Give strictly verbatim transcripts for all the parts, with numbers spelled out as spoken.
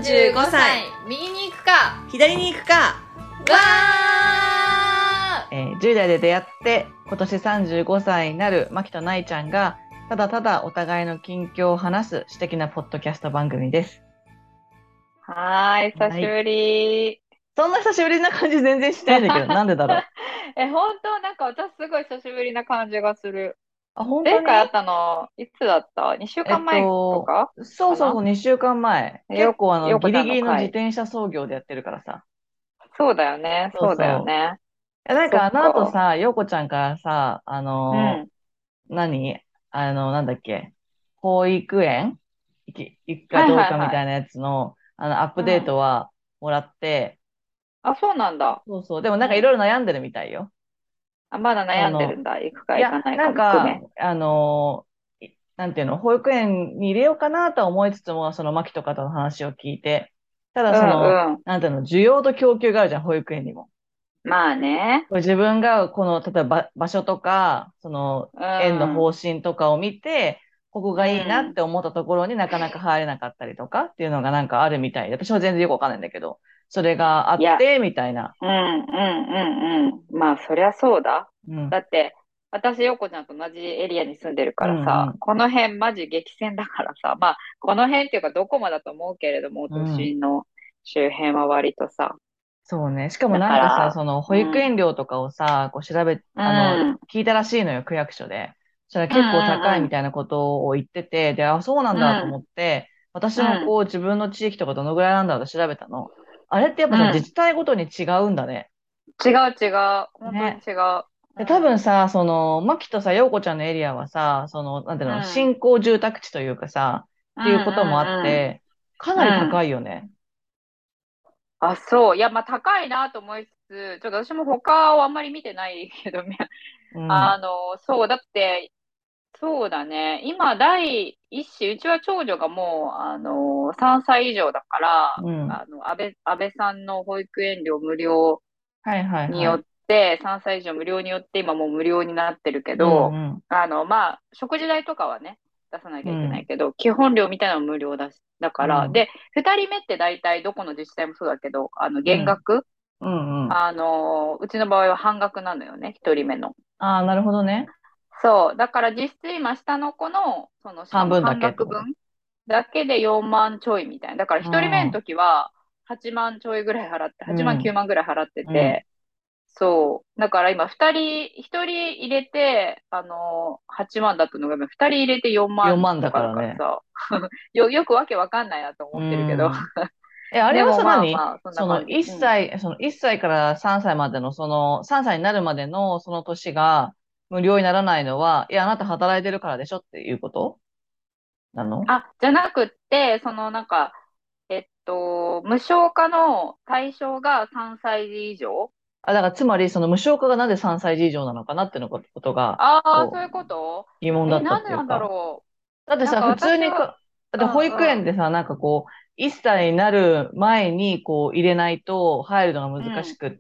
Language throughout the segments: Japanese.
じゅうごさい、 右に行くか左に行くか。 わー、 えー、じゅう代で出会って今年さんじゅうごさいになるマキとナイちゃんがただただお互いの近況を話す私的なポッドキャスト番組です。 はーい、久しぶり。 そんな久しぶりな感じ全然しないんだけどなんでだろう。 え、本当なんか私すごい久しぶりな感じがする。 あ、本当に前回会ったの、いつだった ?に 週えっ間前とと、 かそうそうそう、 かな。 にしゅうかんまえ。結よ、 構あの、 よこちゃんギリギリの自の回。 転車操業でやってるからさ。 そうだよね、 そうそうだよそう。 ね。 え、なんそっかあの後か。 さ、ようこちゃんからさ、あのうん。 ー何あの、なんだっけ、保育園行き行くかはいどうはいはい。 かみたいなやつの、あの、アップデーうん。 トはもらって、 あ、そうなんだ。 そうそう。でもなんかいうん。 ろいろ悩んでるみたいよ。 あ、まだ悩んでるあの、 んだ。行くかいや、 行かないかなんも含め。 か、あのーいなんていうの、保育園に入れようかなとは思いつつも、その、マキとかとの話を聞いて、ただうその、 んうん。 なんていうの、需要と供給があるじゃん、保育園にも。 まあね。 これ自分がこの、例えば場所とか、その、 うん。 園の方針とかを見て、ここうがいいなっん。 て思ったところになかなか入れなかったりとかっていうのがなんかあるみたいで、私は全然よくわかんないんだけど、それがあいや、 って、みたいな。 うんうんうんうん。まあ、そりゃそうだ。 うん。 だって、私、よこちゃんと同じエリアに住んでるうからさ、 んうん。 この辺マジ激戦だからさ、まあ、この辺っていうかどこもだと思うけれども、都うん。 心の周辺は割とさ。 そうね。しかもだなんかさ、 から、 そのうん、 保育園料とかをさ、こう調べ、 うん、 あの、 うん、 聞いたらしいのよ、区役所で。そしたらう結構高いみん、 たいなことを言ってて、で、あ、そうなんうん、 だと思って、私うん、 もこう自分の地域とかどのぐらいなんだろうと調べたの。あれってやっぱさ、自うん。 治体ごとに違うんだね。 違う違う。本当にね。 違う。うで、多分ん、 さ、その、マキとさ、ヨウコちゃんのエリアはさ、その、なんていうの、 うん、 新興住宅地というかさ、 うん、 っていうこともあっうん、 て、かうん。 なりうん。 高いよね。 あ、そう。いや、まあ、高いなと思いつつ、ちょっと私も他をあんまり見てないけど、 うん。 あの、そう、だって、そうだね。今、第一子、うちは長女がもう、あの、さんさい以上だから、 うん。 あの、安倍、安倍さんの保育園料無料はいはいによっはい。 て、さんさい以上無料によって今もう無料になってるけうんど、 うん。 あの、まあ、食事代とかはね、出さなきゃいけないうん。 けど、基本料みたいなのは無料だし、だから、 うん。 で、二人目って大体どこの自治体もそうだけど、あの、 うん。 減額うん。うん。 あの、うちの場合は半額なのよね、一人目の。 ああ、なるほどね。 そう。だから実質今下の子の、その、しか半分だも半けってこと。 額分だけでよんまんちょいみたいな。だからう一人目のん。 時ははちまんちょいぐらい払って、はちまん9 うん。 万ぐらい払ってうん。 て、そう。だから今二人、一人入れて、あの、はちまんだったのが今二人入れて4 4 万万だとかからね。 だからさ、よ、よくわけわかんないなとう思ってるけど。 ん。え、あれでもはさ、何まあまあ、そんなその感じ。 1 うん。 歳、そのいっさいからさんさいまでの、そのさんさいになるまでのその年が無料にならないのは、いや、あなた働いてるからでしょっていうことなの？ あ、じゃなくって、そのなんか、えっと、無償化の対象がさんさい児以上。 あ、だからつまりその無償化がなぜさんさい児以上なのかなっていうのことが、 ああ、 こう、 そういうことえ、 疑問だったっなんでなんだていうか。 ろう。なんかだってさ、普通私は、 にか、だってう保育んうん、 園でさ、なんかこう、いっさいになる前にこう入れないと入るのがうん、 難しくって、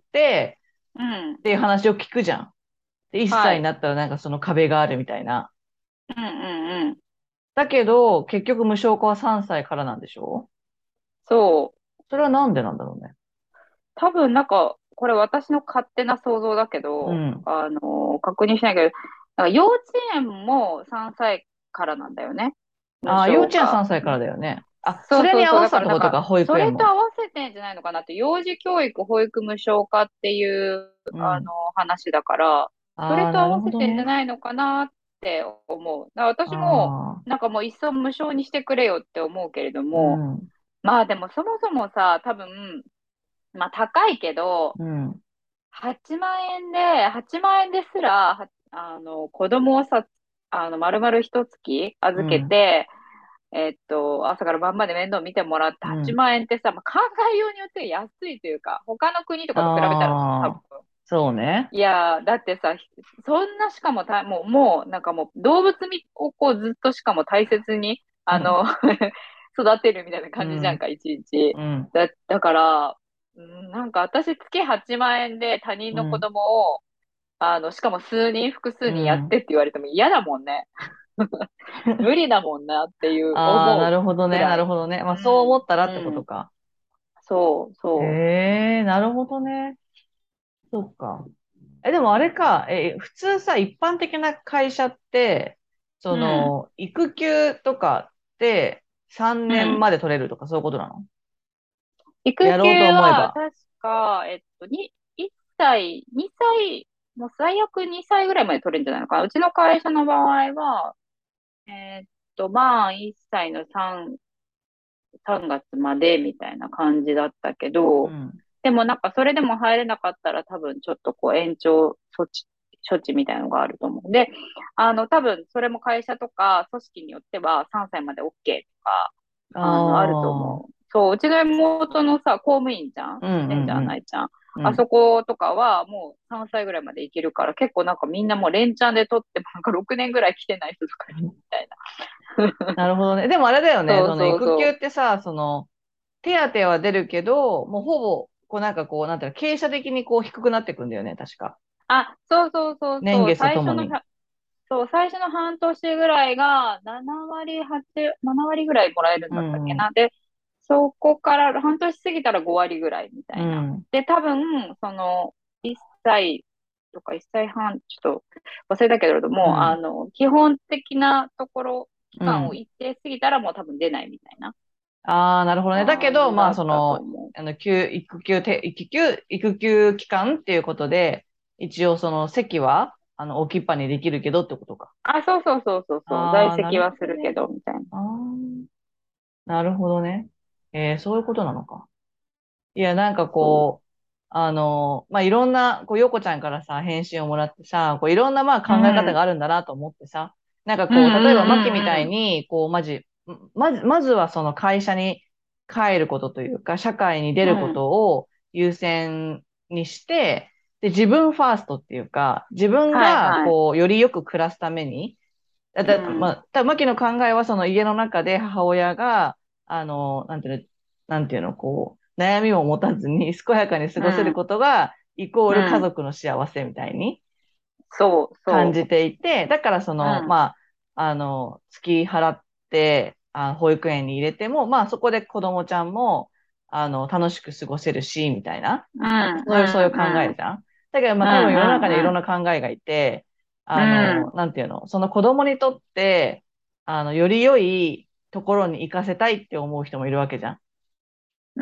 うん、 っていう話を聞くじゃん。で、1 はい。 歳になったらなんかその壁があるみたいな。 うんうんうん。 だけど、結局無償化はさんさいからなんでしょ？ そう。 それはなんでなんだろうね。 多分なんか、これ私の勝手な想像だけど、 うん。 あの、確認しないけど、なんか幼稚園もさんさいからなんだよね。無ああ、幼稚園3 償化。 歳からだよね。あ、それにそうそうそう。だ合わせたっからなんか、 てことか、保育それと園も。 合わせてんじゃないのかなって、幼児教育保育無償化っていう、あの、 うん。 話だから、それああ、なると合わせほどね。 てんじゃないのかなって思う。だから私も、 ああ、 なんかもういっそ無償にしてくれよって思うけれども、 うん。 まあでもそもそもさ、多分、まあ高いけど、 うん。 はちまん円で、はちまん円ですら、はあの、子供をさ、あの、丸々一月預けうん。 て、えっと、朝から晩まで面倒見てもらって8 うん。 万円ってさ、まあ、考えようによって安いというか、他の国とかと比べたら多分、 ああ、そうね。 いやー、だってさ、そんなしかもた、もう、もう、なんかもう、動物をこうずっとしかも大切に、 うん。 あの育てるみたいなうん。 感じじゃんか、いちいち。 うん。 だ、だから、うんなんか私月はちまん円で他人の子うん。 供を、あの、しかも数人、複数人やっうん。 てって言われても嫌だもんね。無理だもんなっていうああ、な思うるほどね。 くらい。 なるほどね。まあ、そううん、 思ったらってこうん。 とか。 そう、そへえ、なるほどね。そっか。え、でもあれか、え、普通さ、一般的な会社って、そう。うん、 の、育休とかって3 うん。 年まで取れるとかそういうことなの？や育休ろうと思えば。 は確か、えっと、に、いっさい、にさい、もう最悪にさいぐらいまで取れるんじゃないのかな。うちの会社の場合は、えっと、まあ、いっさいの3、さんがつまでみたいな感じだったけど、 うん。 でもなんかそれでも入れなかったら多分ちょっとこう延長措置、処置みたいなのがあると思う。で、あの多分それも会社とか組織によってはさんさいまで OK とか、 ああの、あるとあ、 思う。そう、うちの妹のさ、公務員じゃんうんうねんちゃん、 んないちゃん。 うん。うん。 あそことかはもうさんさいぐらいまでいけるから、結構なんかみんなもう連チャンで取ってもなんかろくねんぐらい来てない人とかいるみたいな。 なるほどね。でもあれだよね。 そうその育休そうそう。 ってさ、その、手当は出るけど、もうほぼ、こうなんかこう、なんていうの、傾斜的にこう低くなっていくんだよね、確か。 あ、そうそうそうそう。 年月と最初のともに。 そう、最初の半年ぐらいがなな割、はち、なな割ぐらいもらえるんうだったっけん、 な。で、そこから半年過ぎたらご割ぐらいみたいな。 うん、 で、多分、その、いっさいとかいっさいはん、ちょっと忘れたけれども、あうん、 の、基本的なところ、期うん。 間を一定過ぎたらもう多分出ないみたいなああ、なるほどね。だけど、 感じまあ、 だったとその、 思う。 あの、休、育休て、育休、育休期間っていうことで、一応その席は、あの、置きっぱにできるけどってことか。 あ、そうそうそうそうそう、在ああ、なる籍はほどね。 するけど、みたいな。 ああ、なるほどね。えー、そういうことなのか。いや、なんかそこう、あの、まあ、いろんな、こう、ようこちゃんからさ、返信をもらってさ、こう、いろんな、まあ、 う。う考え方ん。 があるんだなと思ってさ、なんかうんうこう、例えば、マキみたんうんうん。 いに、こう、まじ、まず、まずはその会社に帰ることというか、社会に出るこうん。 とを優先にして、で、自分ファーストっていうか、自分が、 はいはい。 こう、よりよく暮らすために、だ、だ、 うん。 まあ、た、マキの考えは、その家の中で母親が、あの、なんていうの、なんていうの、こう、悩みを持たずに健やかに過うん。 ごせることが、イコール家うん。 族の幸せみたいにそう、そ感じていて、だからそう。うの、 ん。 まあ、あの、月払って、あ、保育園に入れても、まあ、そこで子供ちゃんも、あの、楽しく過ごせるし、みたいな。 うん。うそういう、そういう考ん。うん。 えじゃん。だけど、まうあ、多分世の中にはいろんん。 な考えがいて、 うあの、 ん。 なんていうの、その子供にとって、あの、より良いところに行かせたいって思う人もいるわけじゃん。 うん。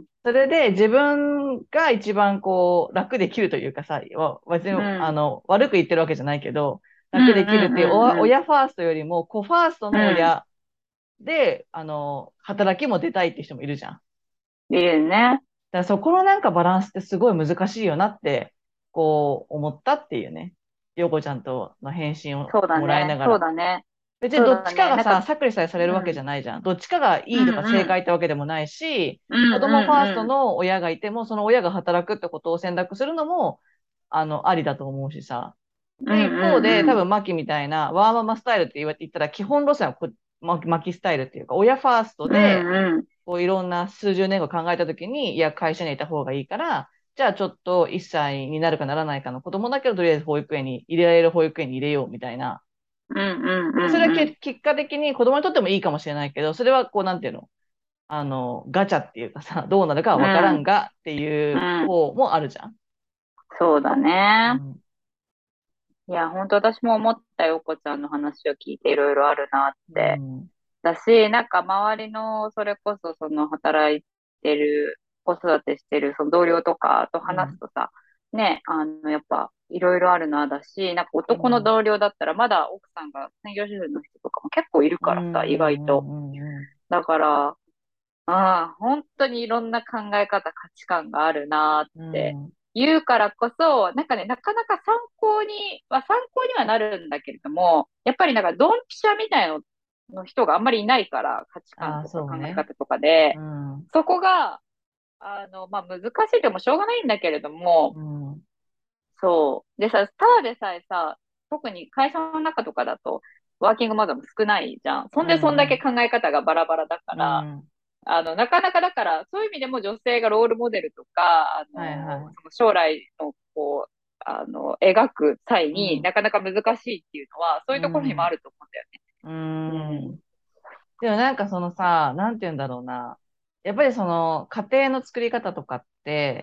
それで自分が一番こう楽できるというかさ、わ別にうん。 あの悪く言ってるわけじゃないけど、 うん。 楽できるっていうおうん。 親ファーストよりも子ファーストうん。 の親で、あの、働きも出たいって人もいるじゃん。だかいるね。 らそこのなんかバランスってすごい難しいよなって、こう思ったっていうね。ヨうこちゃんとの返信をそうだもらいなね。 がら。 そうだね。 別にどっそうだね。なんか、 ちかがさ、サクリさえされるわけじうん。 ゃないじゃん。どっちかがういいとか正んうん。 解ってわけでもないし、 うん子供ファーストうんうん。 の親がいても、その親が働くってことを選択するのも、あの、ありだと思うしさ。で、 うん一方で、 うんうん。 多分、マキみたいな、ワーママスタイルって言わ言ったら、基本路線はこ、ママキスタイルっていうか、親ファーストうで、 んうん。 こう、いろんな数十年後考えたときに、いや、会社にいた方がいいから、じゃあちょっといっさいになるかならないかの子供だけど、とりあえず保育園に、入れられる保育園に入れようみたいな。 うんうんで、それはうんうん。 け結果的に子供にとってもいいかもしれないけど、それはこう、なんていうの、あの、ガチャっていうかさ、どうなるかはわからんうん。 がっていううん。 方もあるじゃん。 そうだね。 うん。 いや、本当私も思ったよ、こちゃんの話を聞いていろいろあるなっうて。 ん。 だし、なんか周りの、それこそその働いてる、子育てしてるその同僚とかとうん。 話すとさ、ね、あの、やっぱいろいろあるな、だし、なんか男のうん。 同僚だったらまだ奥さんが専業主婦の人とかも結構いるうん。 からさ、意外と。 うん。うん。 だから、ああ、本当にいろんな考え方、価値観があるなってうん。 言うからこそ、なんかね、なかなか参考には、参考にはなるんだけれども、やっぱりなんかドンピシャみたいなの人があんまりいないから、価値観ああ、 とか考えそうね。 方とかで、 うん。 そこが、あの、まあ、難しいでもしょうがないんだけれども、 うん。 そう。でさ、ただでさえさ、特に会社の中とかだと、ワーキングマザーも少ないじゃん。そんで、そんうん。 だけうん。 考え方がバラバラだから、 うん。 あの、なかなかだから、そういう意味でも女性がロールモデルとか、あの、 はいはい。 その将来の、こう、あの、描く際にうん。 なかなか難しいっていうのは、そういうところにもあうん。 ると思うんだようん。 ね。 でもなんかそのさ、なんて言うんだろうな。 やっぱりその家庭の作り方とかって、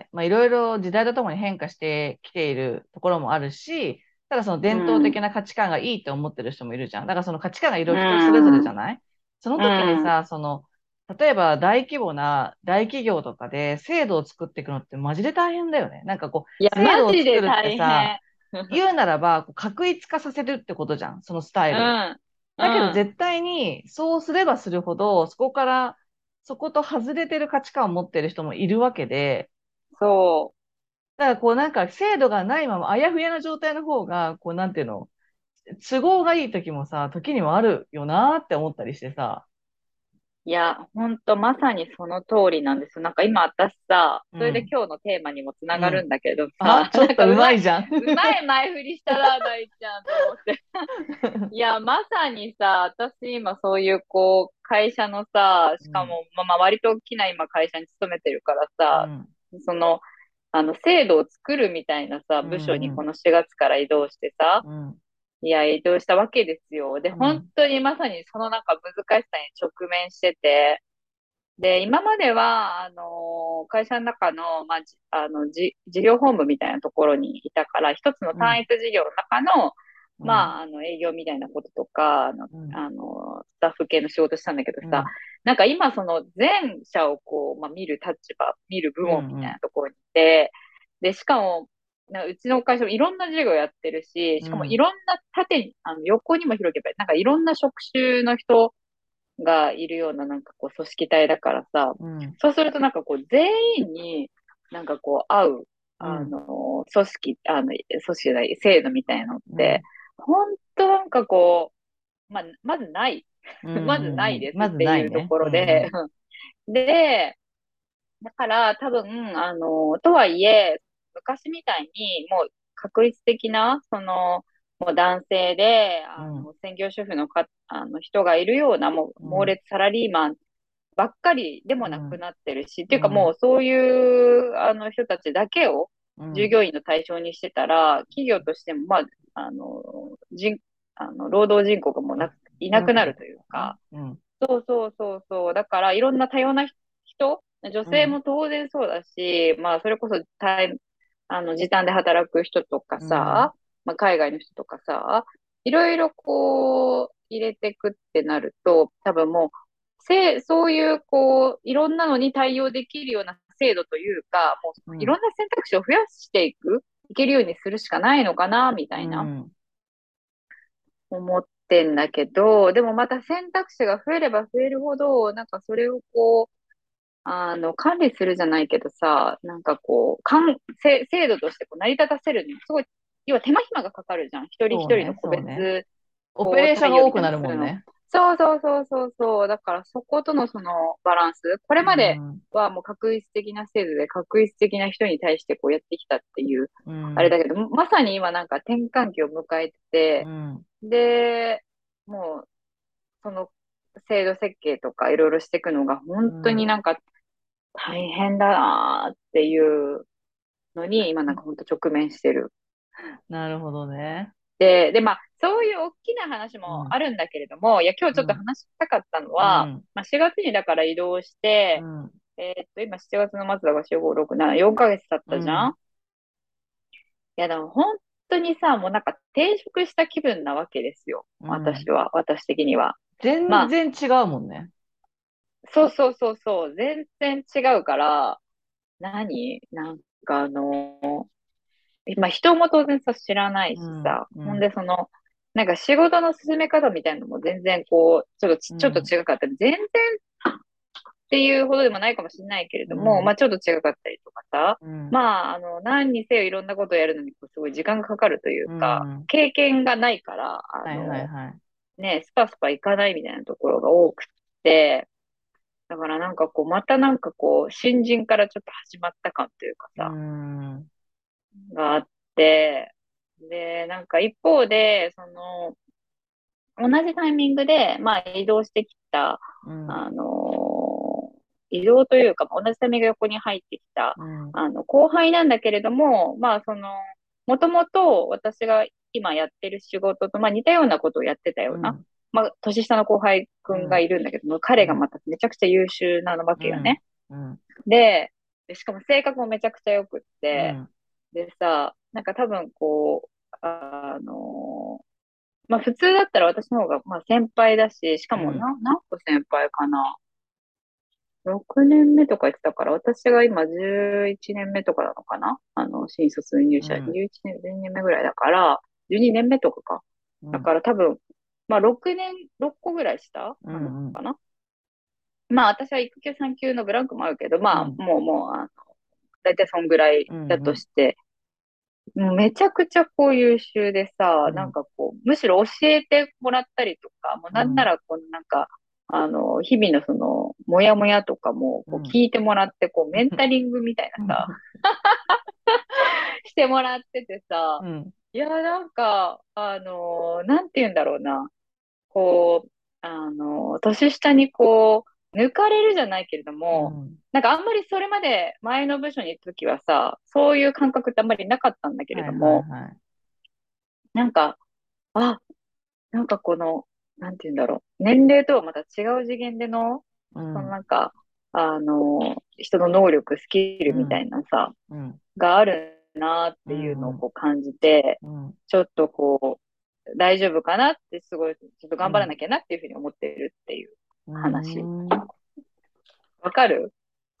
まあいろいろ時代とともに変化してきているところもあるし、ただそのう伝統的ん、 な価値観がいいって思ってる人もいるじゃん。だからその価値観がいろいうろ人それぞれじん、 ゃない？そのうん。 時にさ、その、例えば大規模な大企業とかで制度を作っていくのってマジで大変だよね。なんかこう、 いや、 制度をマジ作るってで大さ、 変。 言うならば、こう確一化させるってことじゃん。そのスタイルを。 うん、うだけどん。 絶対にそうすればするほど、そこから、そこと外れてる価値観を持ってる人もいるわけで、 そだからこうなんか制度がないままあやふやな状態の方が、こうなんていうの、都合がいい時もさ、時にはあるよなって思ったりしてさ。 う。いや、ほんとまさにその通りなんですよ。なんか今私さ、それでうん。 今日のテーマにもつながるんうん。 だけどあ、 さ、 ちょなんっとうかうまい、 まいじゃん。 うまい前振りしたな、大ちゃんと思って。いや、まさにさ、私今そういうこう、会社のさ、しかうん。 も、まあ、まあ割と大きな今会社に勤めてるからさ、 うん。 その、あの、制度を作るみたいなさ、 う部署にこん。 のしがつから移動してさ、 うん。 いや、移動したわけですよ。で、本うん。 当にまさにそのなんか難しさに直面してて、で、今までは、あの会社の中の、まあ、じあの、じ、事業本部みたいなところにいたから、一つのうん。 単一事業の中の、 うん。 まあ、あの、営業みたいなこととか、あの、 うん。 あの、スタッフ系の仕事したんだけどさ、 うん。 なんか今その全社をこう、まあ、見る立場、見る部うん。 門みたいうん。 なところにいて、で、しかも、なうちの会社もいろんな事業やってるし、しかもいうん。 ろんな縦に、あの横にも広げば、なんかいろんな職種の人がいるようななんかこう組織体だからさ、 うん。 そうするとなんかこう全員になんかこう合う、あうん。 の、組織、あの、組織じゃない、制度みたいなのって、 うん。 本当なんかこう、まあ、まずない。 うん。 まずなうん。 いですっまずていうとないね。 ころで、 うん。 で、だから多分、あの、とはいえ、昔みたいにもう確率的な、その、もう男性で、 うん。うん。 あの、専業主婦のか、あの人がいるような、もううん。 猛烈サラリーマンばっかりでもうん。 なくなってるし、っていうかもうん。 うそういうあの人たちだけをうん。 従業員の対象にしてたら、企業としても、まあ、あの、人、あの、労働人口がもうな、いな少なくなるくなるというね。 か、 うん。 そうそうそうそう、だからいろんな多様な人、女うん。 性も当然そうだし、まあそれこそタイあの時短で働く人とかうん。 さ、まあ海外の人とかさ、いろいろこう入れてくってなると、多分もう、せ、そういうこう、いろんなのに対応できるような制度というか、もううん。 いろんな選択肢を増やしていく、いけるようにするしかないのかな、みうたいな。 ん。 思ってんだけど、でもまた選択肢が増えれば増えるほど、なんかそれをこう、あの、管理するじゃないけどさ、なんかこう、かん、せ制度としてこう成り立たせるにもすごい、要は手間暇がかかるじゃん。一人一そうね。 人の個そうね。 別、こう、 オペレーション対応みたいが多くななのするの。 るもんね。 そうそうそうそうそう。だからそことのそのバランス。これうまでん。 はもう確一的な制度で確一的な人に対してこうやってきたっていう、 うん。 あれだけど、まさに今なんか転換期を迎えてて、 うん。 で、もう、その制度設計とかいろいろしていくのが本当にうん。 なんか大変だなーっていうのに今なんか本当直面してる。 なるほどね。 で、で、まあ、そういう大きな話もうん。 あるんだけれども、いや、今日ちょっとうん。 話したかったのは、 うん。 まあ、しがつにだから移動して、 うん。 えーっと、今しちがつの末だからよん、ご、ろく、なな、よんかげつ経っうん。 たじゃん。いや、でも本当にさ、もうなんか転職した気分なわけですよ。 うん。 私は、私的には。まあ、 全然違うもんね。 そうそうそうそう、全然違うから、何なんかあの、まあ人も当然さ知らないうん。 しさ、ほんうん。 でその、なんか仕事の進め方みたいなのも全然こう、ちょっとち、ちょっとうん。 違かったり、全然っていうほどでもないかもしれないけれども、 うん。 まあちょっと違かったりとかさ、 うん。 まああの、何にせよいろんなことをやるのにこうすごい時間がかかるといううか、 ん。 経験がないから、あはいはいの、 はい。 ね、スパスパ行かないみたいなところが多くって、だからなんかこう、またなんかこう、新人からちょっと始まった感というかうさ、 ん。 があって、で、なんか一方で、その、同じタイミングで、まあ移動してきた、 うん。 あの移動というか、同じタイミングで横に入ってきた、 うん。 あの、後輩なんだけれども、まあその、もともと私が今やってる仕事と、まあ似たようなことをやってたような、 うん。 まあ年下の後輩くんがうん。 いるんだけども、 うん。 彼がまためちゃくちゃ優秀なわうん。 けよね。 うん。 で、でしかも性格もめちゃくちゃ良くって、 うん。 でさ、なんか多分こう、あのまあ普通だったら私の方がまあ先輩だし、しかうん。 も何、何個先輩かな？ ろく 年目とか言ってたから、私が今じゅういちねんめとかなのかな、あの、新卒入社、 うん。 じゅういちねん、じゅうにねんめぐらいだから、じゅうにねんめとかか。だうん。 から多分、まあろくねん、ろっこぐらい下なのうん。 かな。まあ私は育休産休のブランクもあるけど、まあうん。 もうもう、あの、だいたいそんぐらいだうん。うん。 として、もうめちゃくちゃこう優秀でさ、なんうん。 かこう、むしろ教えてもらったりとか、もうなんなうん。 らこのなんか、あの、日々のその、もやもやとかもこう聞いてもらって、こう、メンタリングみたいなさ、してもらっててさ、 うん。 いや、なんか、あの、なんて言うんだろうな、こう、あの、年下にこう、抜かれるじゃないけれども、 うん。 なんかあんまりそれまで前の部署にいた時はさ、そういう感覚ってあんまりなかったんだけれはいはいども、 はい。 なんか、あ、なんかこの、なんて言うんだろう。年齢とはまた違う次元での、そのうん。 なんか、あの、人の能力、スキルみたうん。 いなさ、 うん。 があるなっうていうのをん。 こう感じて、 うん。 ちょっとこう、大丈夫かなってすごい、ちょっと頑張らうん。 なきゃなっていうふうに思ってるっていうう話。 ん。 わかる？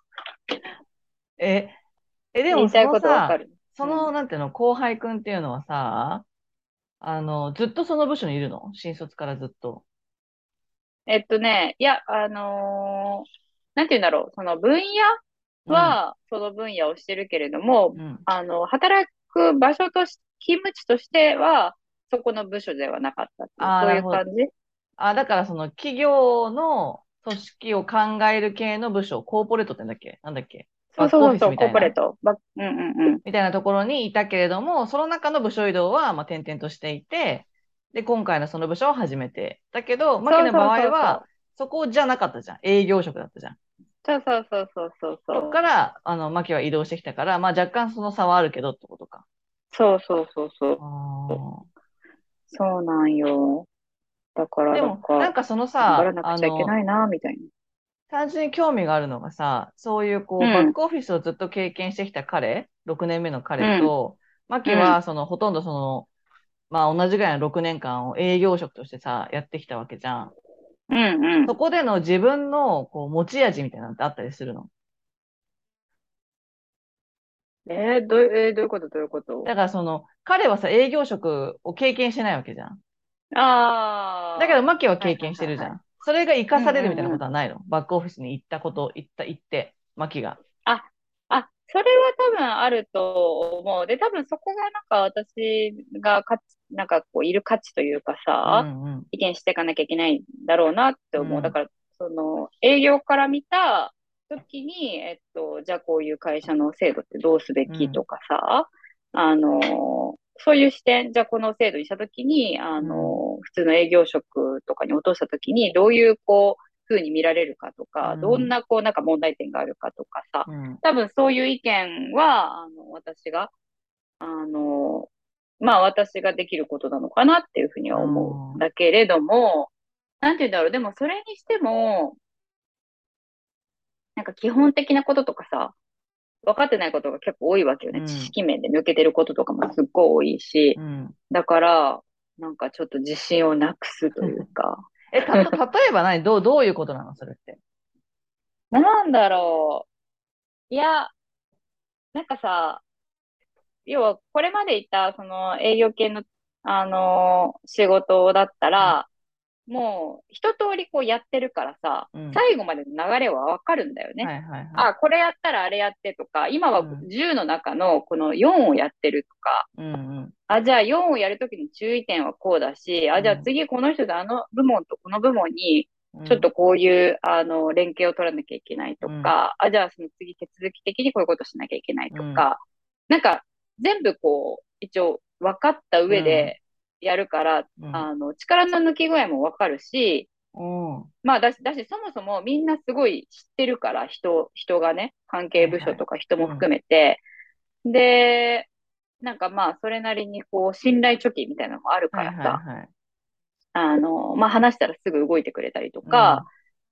え、え、でもそ言いたいのさ、 ことわかる？ その、 うん。 なんていうの、後輩くんっていうのはさ、あの、ずっとその部署にいるの？新卒からずっと。 えっとね、いや、あのーなんて言うんだろう。その分野うん。 は、その分野をしてるけれども、 うん。 あの、働く場所とし、勤務地としては、そこの部署ではなかったっていう、 ああ、 そうなるほど。 いう感じ。 あ、だからその企業の組織を考える系の部署、コーポレートってなんだっけなんだっけ？バックオフィそうそうそうそう、コースみたいなポレート。ば、うんうんうん。 みたいなところにいたけれども、その中の部署移動は、まあ、転々としていて、で、今回のその部署を始めて。だけど、マキの場そうそう合は、 そうそう。 そこじゃなかったじゃん。営業職だったじゃん。 そうそうそうそうそうそっかそう。 ら、あの、マキは移動してきたから、まあ、若干その差はあるけどってことか。 そうそうそうそう。 ああ。 そうなんよ。だからでも、ななんか、 んかそのさ、 頑張らなくちゃいけあの、 ないな、みたい単純に興味があるのがさ、そういうこう、バッな。 クオフィスをずっと経験してきた彼、ろくねんめのうん、 彼と、マうん、うん、 キはその、ほとんどその、まあ同じぐらいのろくねんかんを営業職としてさ、やってきたわけじゃん。 うん、うん。 そこでの自分のこう持ち味みたいなのってあったりするの？ えー、どう、えー、どういうことどういうこと？ だからその、彼はさ、営業職を経験してないわけじゃん。だけど、 ああー、はいマキは経はいはいはい。 験してるじゃん。それが活かうんされるみたいなうんうん。 ことはないの？バックオフィスに行ったこと、行った、行って、マキが。 あ、あ、それは多分あると思う。で、多分そこがなんか私が価値、なんかこういる価値というかうさ、 んうん。 意見していかなきゃいけないんだろうなって思う。だうん。 から、その営業から見た時に、えっと、じゃあこういう会社の制度ってどうすべうん。 きとかさ、あの、そういう視点、じゃあこの制度にした時に、あうん。 の、普通の営業職とかに落とした時に、どういうこう、風に見られるかとか、どんうん。 なこうなんか問題点があるかとかさ、 うん。 多分そういう意見は、あの、私が、あの、まあ私ができることなのかなっていうふうにうは思うんん。 だけれども、なんて言うんだろう、でもそれにしても、なんか基本的なこととかさ、分かってないことが結構多いわけよね。知うん。 識面で抜けてることとかもすっごい多いし、 うん。 だから、なんかちょっと自信をなくすというか、 え、たと、例えば何？どう、どういうことなのそれって？ なんだろう。いや、なんかさ、要は、これまでいた、その営業系の、あのー仕事だったうん。 ら、もう、一通りこうやってるからさ、 うん。 最後までの流れはわかるんだよね。 はいはいはい。 あ、これやったらあれやってとか、今はうん。 じゅうの中のこのよんをやってるとか、 うん。 あ、じゃあよんをやるときの注意点はこうだし、あ、じゃあうん。 次この人とあの部門とこの部門に、 うん。 ちょっとこういう、あの、連携を取らなきゃいけないとうん。 か、あ、じゃあその次手続き的にこういうことしなきゃいけないうん。 とか、なんか、全部こう、一応分かったうん。 上でやるから、 うん。 あの、力の抜き具合も分かるし、 うん。はまあ、だし、だし、そもそもみんなすごい知ってるから、人、人がね、関係部署いはい。 とか人も含うん。 めて、で、なんかまあ、それなりにこう、信頼貯金みたいなのもあるはいからさ、 はいはい。 あの、まあ話したらすぐ動いてくれたりとか、 うん。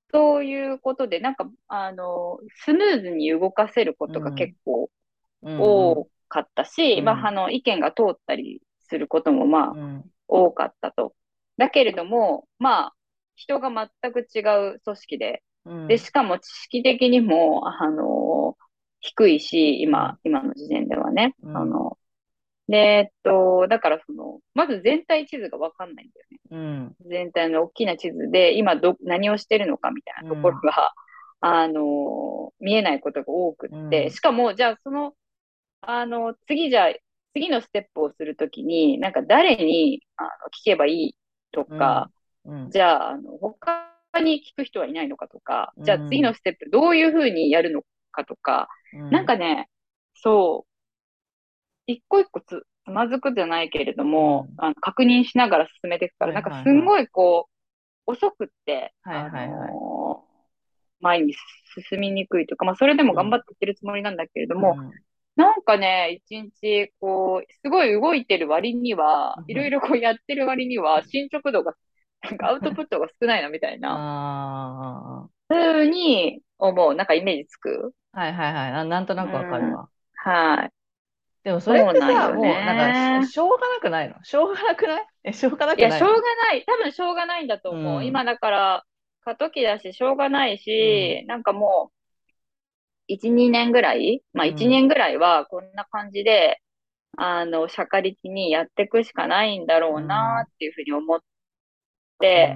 そういうことで、なんか、あの、スムーズに動かせることが結うん、 構うん、うん、 多かったし、まあ、あうん、 の、意見が通ったりすることもまあ、 うん、 多かったと。だけれども、まあ、人が全く違う組織で、で、 うん、 しかも知識的にも、あの、低いし、今、 うん、 今の時点ではね。 うん、 あの、で、えっと、だからその、まず全体地図がわかんないんだよね。 うん、 全体の大きな地図で、今ど、何をしてるのかみたいなところうん、 が、あの、見えないことが多くって、 うん、 しかも、じゃあその、あの、次じゃあ、次のステップをするときに、なんか誰にあの聞けばいいとか、 うん、うん、 じゃあ、あの、他に聞く人はいないのかとか、 うじゃあ次のん、 ステップどういうふうにやるのかとか、なんかね、そう、一個一個つ、つまずくじゃないけれども、 うん、 あの確認しながら進めていくから、 はいなんかはいはい。 すんごいこう、遅くって、 はいあはいはい。 のー前に進みにくいというか、まあそれでも頑張うん、 っていってるつもりなんだけれども、 うん、 なんかね、一日、こう、すごい動いてる割には、いろいうん。 ろこうやってる割には、進捗度が、なんかアウトプットが少ないなみたいな、 あふうに思う。なんかイメージつく。 あ、はいはいはい。な、なんとうなくわかるん。 わ。 はい。 でもそれっそうてさ、 なんよもうなんかし、 ね。 しょうがなくないの？しょうがなくない？え、しょうがないや、しょうがくないの？ ない。多分しょうがないんだと思う。 うん、 今だから、過渡期だし、しょうがないうん、 し、なんかもう、いち、にねんぐらいまあいちねんうん、 ぐらいはこんな感じで、あの、社会的にやっていくしかないんだろうなうん、 っていうふうに思って、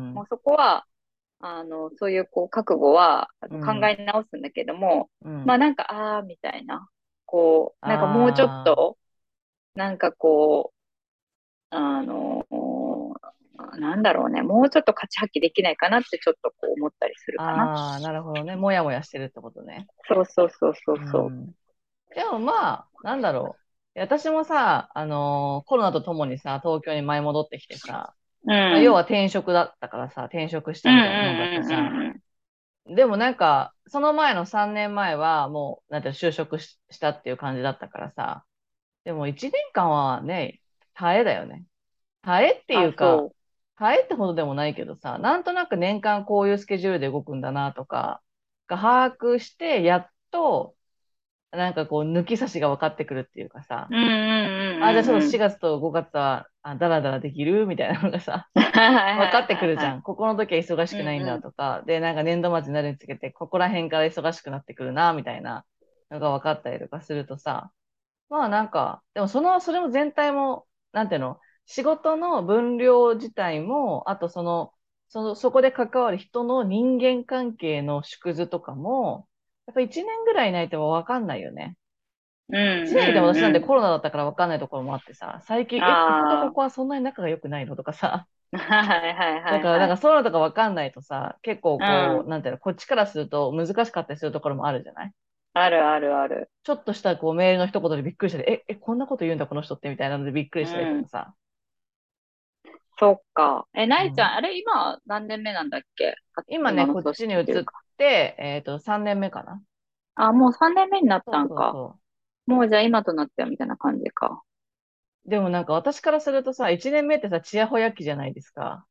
もううん、 そこは、あの、そういうこう覚悟はあの考うん、 え直すんだけども、 うん。 まあなんか、ああ、みたいな、こう、なんかもうちょっあと、なんかこう、あの、なんだろうね、もうちょっと価値発揮できないかなってちょっとこう思ったりするあ、 かな。 ああ、なるほどね。もやもやしてるってことね。 そうそうそうそううそん。でもまあ、なんだろう。いや私もさ、あのーコロナとともにさ、東京に舞い戻ってきてさ、 う。うまあ、要はん。 転職だったからさ、転職しうんうんたみたいなもんだってさ、 うんうんでもなんか、その前のさんねんまえはもう、なんていうの就職し、したっていう感じだったからさ、でもいちねんかんはね、耐えだよね。耐えってうん。あ、 いうか、 そ耐えってほどでもないけどさ、なんとなく年間こういうスケジュールで動くんだなとか、が把握して、やっと、なんかこう、抜き差しが分かってくるっていうかさ、 う。うんうんあ、じゃあちょっとうんうんうん。 しがつとごがつは、あ、だらだらできるみたいなのがさ、 はいはい分かってくはいはい。 るじゃん。ここの時は忙しうんくないんだうとか、で、なんか年度末になるにつけて、ここら辺から忙しくなってくるな、みたいなのが分かったりとかするとさ、まあなんか、でもその、それも全体も、なんていうの、仕事の分量自体も、あとその、その、そこで関わる人の人間関係の縮図とかも、やっぱいちねんぐらいないと分かんないよね。 ん。う一年いても私なんてんうんコロナだったから分かんないところもあってさ、最近、 うん。 え、こことああ。 ここはそんなに仲が良くないのとかさ、 はいはいだから、 はいはい。 なんかそういうのとか分かんないとさ、結構うこう、 ん。 なんていうの、こっちからすると難しかったりするところもあるじゃない？ あるあるある。 ちょっとしたこうメールの一言でびっくりしたり、え、え、こんなこと言うんだこの人ってみたいなのでびっくりうしたりとかん。 さ。 そっか。え、なうん。 いちゃん、あれ今何年目なんだっけ？ 今ね、こっ今の組ちに移っ織というか。 て、えっと、さんねんめかな。 あ、もうさんねんめになっそうたんか。 そうそもうじゃあ今となってはみたいな感じか。 う。でもなんか私からするとさ、いちねんめってさ、ちやほや期じゃないですか。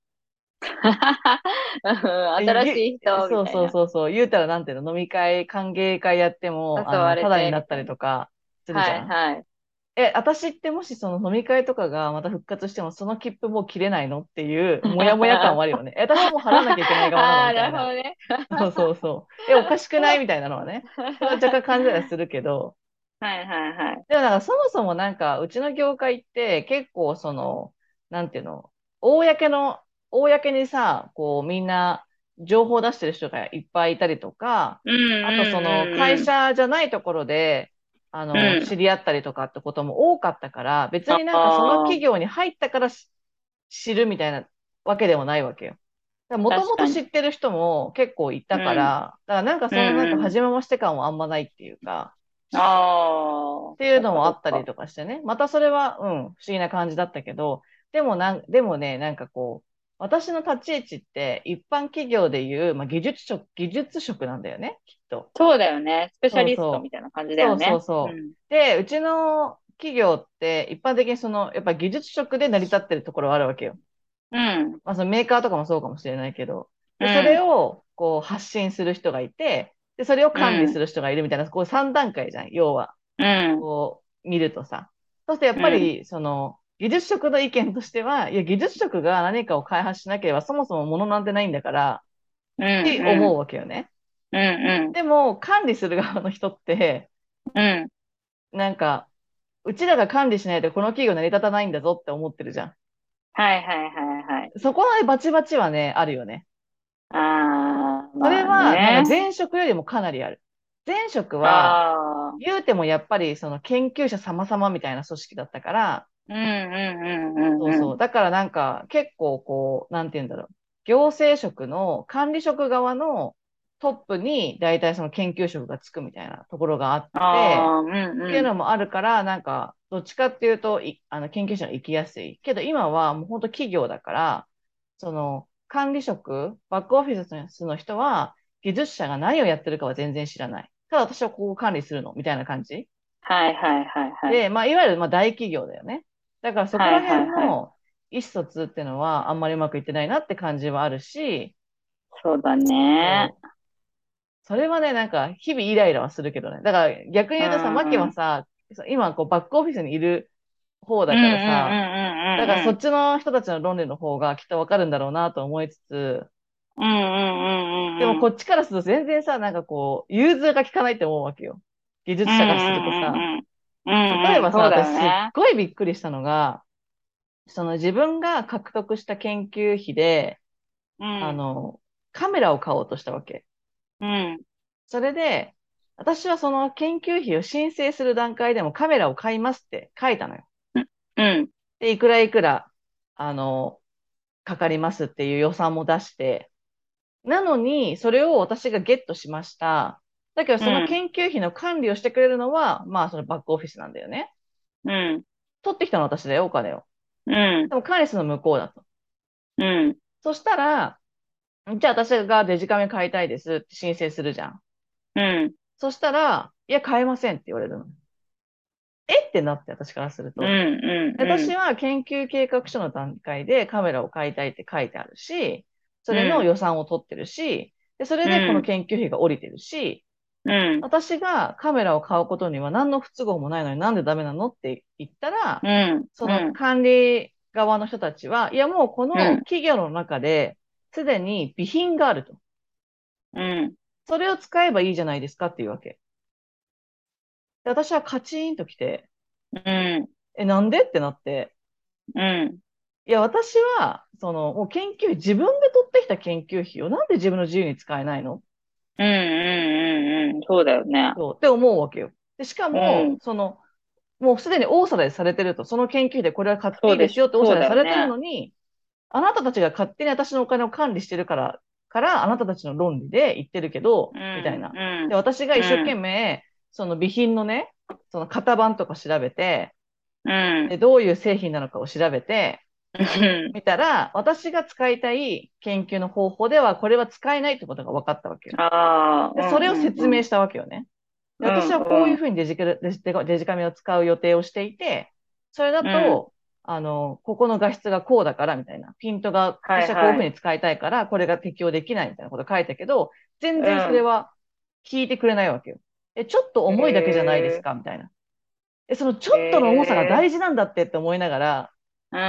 うん新しゆ、 い人みそうたいな。 そうそうそう。言うたらなんていうの、飲み会、歓迎会やっても、あの、 誘われただになったてみたいな。 りとかするじはいゃん。 はい。 え、私ってもしその飲み会とかがまた復活しても、その切符もう切れないのっていう、もやもや感はあるよね。え、私も払わなきゃいけない側なのああ、なみたいな。 るほどね。 そうそうそう。え、おかしくないみたいなのはね。それは若干感じたりするけど、 はいはいはい。 でもなんかそもそもなんか、うちの業界って結構その、なんていうの、公の、公にさ、こうみんな情報を出してる人がいっぱいいたりとか、 うんあとその会うん社じゃないところで、あの、 うんうん。うん。 知り合ったりとかってことも多かったから、別あになんかその企あ、 業に入ったからし知るみたいなわけでもないわけよ。もともと確かに。 知ってる人も結構いたかうん。 ら、だからなんかうそのなんかんうん。 初めまして感はあんまないっていうか、 ああ、 っていうそっのもあったりかそっか。 とかしてね。またそれは、うん、不思議な感じだったけど、でもなん、でもね、なんかこう、私の立ち位置って一般企業でいう、まあ、技術職、技術職なんだよね、きっと。 そうだよね。スペシャそうリストみそう。 たいな感じだそうそうよね。うそん。 う。で、うちの企業って一般的にその、やっぱ技術職で成り立ってるところはあるわけよ。 うん。 まあそのメーカーとかもそうかもしれないけど。 うで、それん、 をこう発信する人がいて、で、それをうん、 管理する人がいるみたいな、こうさん段階じゃん、要は。 うん、 こう見るとさ。そしてやっうん、 ぱり、その、技術職の意見としては、いや、技術職が何かを開発しなければそもそも物なんてないんだから、 うん、 って思うん、 うわけよね。 うん、うん、 でも、管理する側の人って、 うん。 なんか、うちらが管理しないとこの企業成り立たないんだぞって思ってるじゃはいはいはいはい。 ん。そこのバチバチはね、あるよね。 ああ、 それまあは、なんかね。 前職よりもかなりある。前職は、 ああ、 言うてもやっぱりその研究者様々みたいな組織だったから、 うんうんうんうんうん。 そうそう。だからなんか結構こう、なんて言うんだろう。行政職の管理職側のトップに大体その研究職がつくみたいなところがあって、 ああ、うんうん。 っていうのもあるから、なんか、どっちかっていうと、い、あの、研究者が行きやすい。けど今はもう本当企業だから、その、管理職、バックオフィスの人は、技術者が何をやってるかは全然知らない。ただ私はここを管理するの、みたいな感じ。 はいはいはいはい。 で、まあ、いわゆる、まあ、大企業だよね。だからそこはいらはいはい。 辺の意思疎通っていうのはあんまりうまくいってないなって感じはあるし、 そうだね。 そう。それはね、なんか、日々イライラはするけどね。だから逆にう言うとさ、マキん。うんはさ、今こうバックオフィスにいる方うんうんだからさ、だからうんうんそっちの人たちの論理の方がきっとわかるんだろうなと思いつつ、 うんうんうんうんうんうん。 でもこっちからすると全然さ、なんかこう、融通が効かないって思うわけよ。技うん術者からするとさ、 うんうんうん。うんうん。 例えばさ、 そうだ私すっよね。 ごいびっくりしたのが、その自分が獲得した研究費で、 うん。 あの、カメラを買おうとしたわけ。 うん。 それで、私はその研究費を申請する段階でもカメラを買いますって書いたのよ。 うん。 で、いくらいくら、あの、かかりますっていう予算も出して、なのに、それを私がゲットしました。だけど、そのうん。 研究費の管理をしてくれるのは、まあ、そのバックオフィスなんだよね。 うん。 取ってきたのは私だよ、お金を。 うん。 でも、管理するの向こうだと。 うん。 そしたら、じゃあ私がデジカメ買いたいですって申請するじゃん。 うん。 そしたら、いや、買えませんって言われるの。えってなって、私からするうん。 と。 うん。 私は研究計画書の段階でカメラを買いたいって書いてあるし、それのうん。 予算を取ってるし、で、それうでこのん。 研究費が降りてるし、 うん。 私がカメラを買うことには何の不都合もないのになんでダメなのって言ったら、 うん。 そうん。 の管理側の人たちは、いやもうこうん。 の企業の中ですでに備品があると。 うん。 それを使えばいいじゃないですかっていうわけ。で私はカチーンと来て、 うん。 え、なんでってなって、 うん。 いや、私は、その、もう研究費、自分で取ってきた研究費をなんで自分の自由に使えないのうん。うん。うん。そうだよね。 そう、って思うわけよ。で、しかうも、 ん。 その、もうすでに大皿でされてると、その研究費でこれは買っていいそうでし、 ですよって大そう皿でされてるだよね。 のに、あなたたちが勝手に私のお金を管理してるから、からあなたたちの論理で言ってるけど、 うん。 みたいな。で、 うん。 私が一生懸うん。 命、その備品のね、その型番とか調べて、 うで、 ん。 どういう製品なのかを調べて、 うん。 見たら、私が使いたい研究の方法では、これは使えないってことが分かったわけよ。 ああ、うで、それをん。うん。 説明したわけよね。で、 うん。 私はこういううん。 ふうにデジカル、デジデジカメを使う予定をしていて、それだうん。 と、あの、ここの画質がこうだからみたいな。ピントが、私はこういうはいはい。 ふうに使いたいから、これが適用できないみたいなこと書いたけど、全然それうん。 は聞いてくれないわけよ。え、ちょっとへ重いだけじゃないですえ。 かみたいな。え、そのちょへっとの重さがえ。 大事なんだってって思いながら、 うん。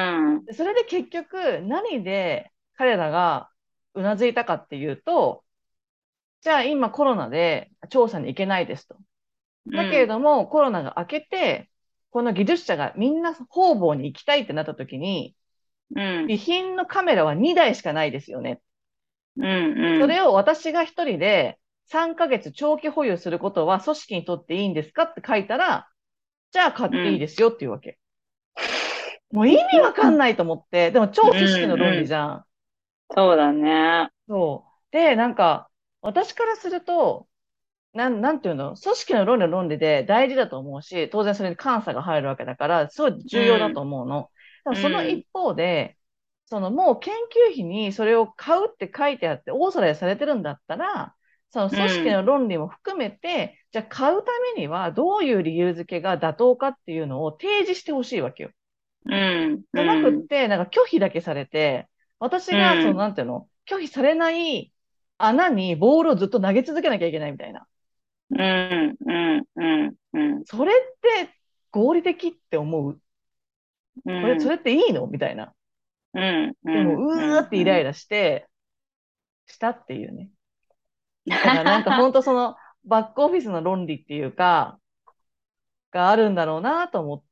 でそれで結局何で彼らがうなずいたかっていうと、じゃあ今コロナで調査に行けないですと。だけれうん。 どもコロナが明けて、この技術者がみんな方々に行きたいってなった時に、 うん。 備品のカメラはにだいしかないですよね。 うん。うん。 それを私が一人でさんかげつ長期保有することは組織にとっていいんですかって書いたら、じゃあ買っうん。 ていいですよっていうわけ。もう意味わかんないと思って、でも超うん。 組織の論うん。 理じゃん。 そうだね。 そう。で、なんか、私からすると、なん、なんていうの、組織の論理の論理で大事だと思うし、当然それに監査が入るわけだから、すごい重要だとうん。 思うの。でもうそのん。 一方で、そのもう研究費にそれを買うって書いてあって、大皿でされてるんだったら、そのう組織ん。 の論理も含めて、じゃあ買うためにはどういう理由付けが妥当かっていうのを提示してほしいわけよ。 うん。 じゃなくっうん。 て、なんか拒否だけされて、私うが、その、 ん。 なんていうの、 拒否されない穴にボールをずっと投げ続けなきゃいけないみたいな。 うん、うん、うん、うん、 それって合理的って思う？これ、そうん、 れっていいのみたいな。 うん、うでも、 ん、ううーん、うん。 ってイライラして、したっていうね。だからなんか本当そのバックオフィスの論理っていうか、があるんだろうなと思って、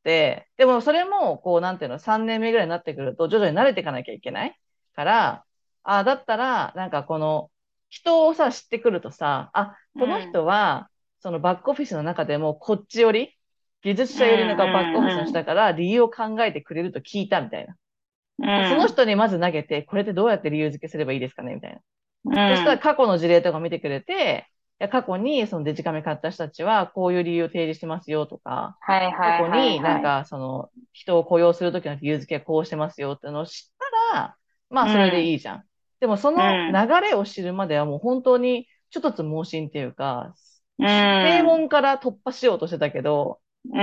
でもそれも、こう、なんていうの、さんねんめぐらいになってくると、徐々に慣れていかなきゃいけないから、あ、だったら、なんかこの、人をさ、知ってくるとさ、あ、このうん、 人は、そのバックオフィスの中でも、こっち寄り、技術うん、 者寄りのがバックオフィスの人うん、 だから、理由を考えてくれると聞いたみたいな。 うでそのん、 人にまず投げて、これってどうやって理由付けすればいいですかねみたいな。 うん、 そしたらうん。 過去の事例とか見てくれて、いや過去にそのデジカメ買った人たちはこういう理由を提示してますよとか、 はいはい過去はいはい。 になんかその人を雇用するときの理由付けはこうしてますよっていうのを知ったら、まあそれでうん、 いいじゃん。でもそうの流ん、 れを知るまではもう本当にちょっとつ盲信っていうか、 うん、 正門から突破しようとしてたけど、 うん。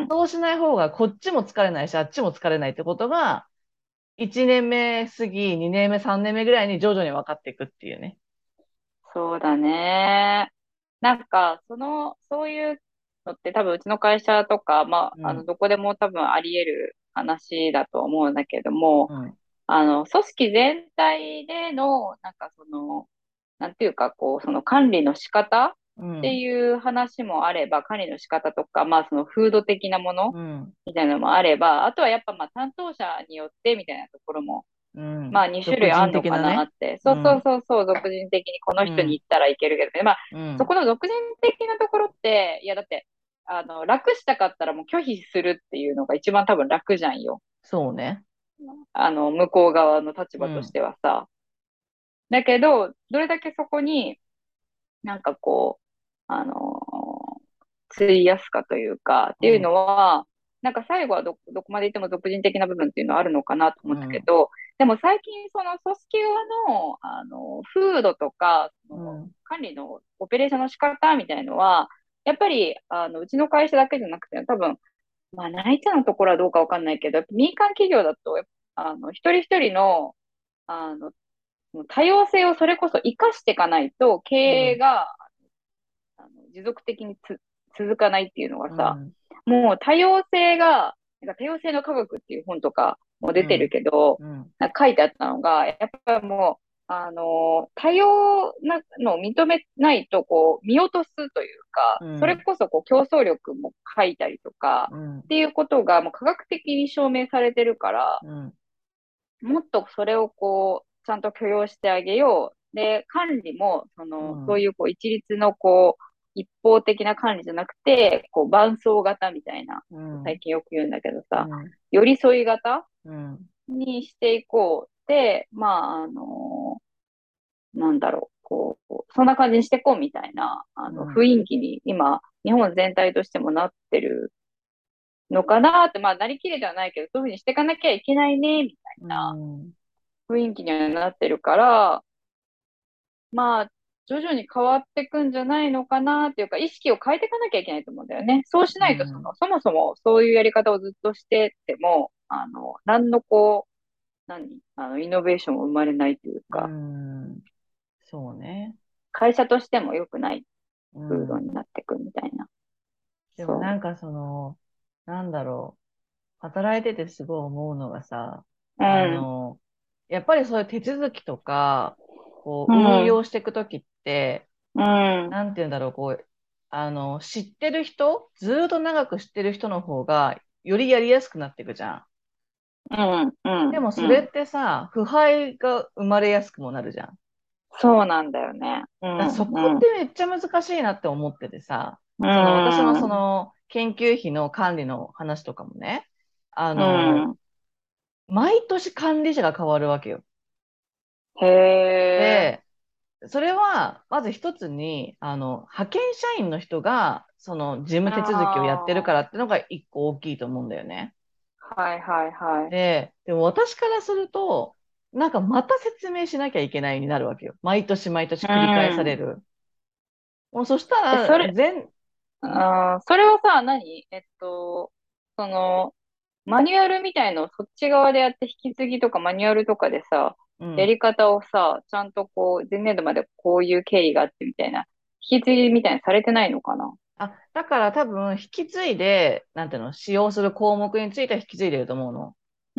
そうしない方がこっちも疲れないし、あっちも疲れないってことが、いちねんめ過ぎ、にねんめ、さんねんめぐらいに徐々に分かっていくっていうね。 そうだね。なんか、その、そういうのって多分うちの会社とか、まあ、あの、 うん、 どこでも多分あり得る話だと思うんだけども、 うん、 あの、組織全体での、なんかその、なんていうか、こう、その管理の仕方ってうん、 いう話もあれば、管理の仕方とか、まあ、その風土的なものうん。 みたいなのもあれば、あとはやっぱまあ担当者によってみたいなところもうん。 まあに種類あ俗人んのかな的なね。 って。そうそううん、 そうそう、俗人的にこの人にうん、 言ったらいけるけどね。まあ、 うん。 そこの俗人的なところって、いやだって、あの、楽したかったらもう拒否するっていうのが一番多分楽じゃんよ。 そうね。 あの、向こう側の立場としうん、 てはさ。だけど、どれだけそこになんかこう、あの費やすかというか、っていうのうん、 は、なんか最後はど、どこまで行っても俗人的な部分っていうのはあるのかなと思ったけうん、 ど、でも最近その組織側の、あの、風土とか、そのうん、 管理のオペレーションの仕方みたいのは、やっぱり、あの、うちの会社だけじゃなくて、多分、まあ、内地のところはどうかわかんないけど、民間企業だと、あの、一人一人の、あの、多様性をそれこそ活かしていかないと、経うん、 営があの持続的につ続かないっていうのがさ、 うん、 もう多様性が、なんか多様性の科学っていう本とかも出てるうん、 けど、 うん、 なんか書いてあったのが、やっぱりもう、あの、多様なのを認めないと、こう、見落とすというか、それうん、 こそこう競争力も書いたりとか、 うん、 っていうことがもう科学的に証明されてるから、 うん、 もっとそれをこう、ちゃんと許容してあげよう。で、管理も、その、そううん、 いうこう、一律のこう、一方的な管理じゃなくて、こう、伴走型みたいな、 うん、 最近よく言うんだけどさ、 うん、 寄り添い型うん、 にしていこうって、まあ、あの、なんだろう、こう、そんな感じにしていこうみたいな、あの、雰うん、 囲気に今、日本全体としてもなってるのかなって、まあ、なりきれではないけど、そういうふうにしていかなきゃいけないね、みたいうなん、 雰囲気にはなってるから、まあ、徐々に変わっていくんじゃないのかなっていうか、意識を変えていかなきゃいけないと思うんだよね。そうしないと、その、そもそもそういうやり方をずっとしてっても、あの、何のこう、何あの、イノベーションも生まれないといううか、 ん、そうね。 会社としても良くないう風土にん。 なっていくみたいな。 でもなそんかその、なんだろう。働いててすごい思うのがさ、 う。うあん。 の、やっぱりそういう手続きとか、こう、運うん。 用していくときって、 うん。 なんて言うんだろう、こう、あの、知ってる人、ずーっと長く知ってる人の方が、よりやりやすくなっていくじゃん。 うん。うん。 でもうん。 それってさ、腐敗が生まれやすくもなるじゃん。だかそうなんだよね。うん。 らそこっうん。 てめっちゃ難しいなって思っててさ、 うその私のそん。 の研究費の管理の話とかもね、あうの、 ん。 毎年管理者が変わるわけよ。 へえ。 で、それは、まず一つに、あの、派遣社員の人が、その事務手続きをやってるああ。 からっていうのが一個大きいと思うんだよね。 はいはいはい。 で、でも私からすると、なんかまた説明しなきゃいけないになるわけよ。毎年毎年う繰り返されん。 る。もうそしたえ、そら、 れ、 全、んあー、それはさ、何えっと、その、マニュアルみたいのをそっち側でやって引き継ぎとかマニュアルとかでさ、 うん。 やり方をさ、ちゃんとこう、前年度までこういう経緯があってみたいな、引き継ぎみたいにされてないのかな？ あ、だから多分引き継いで、なんていうの、使用する項目については引き継いでると思うの。 うん。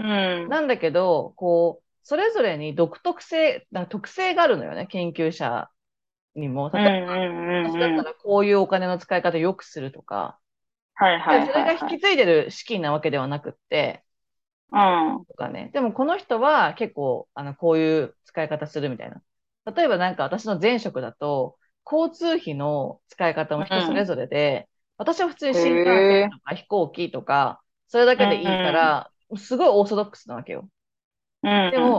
なんだけど、こう、それぞれに独特性、なんか特性があるのよね、研究者にも。例うんえば、 うんうんうん。 私だったらこういうお金の使い方を良くするとか、 はいはいでもそれがはいはい。 引き継いでる資金なわけではなくって、 うん。 とかね。でもこの人は結構、あの、こういう使い方するみたいな。例えばなんか私の前職だと、交通費の使い方も人それうん。 ぞれで、私は普通にへ新幹線え。 とか飛行機とか、それだうけでいいかん。 ら、すごいオーソドックスなわけよ。 うん。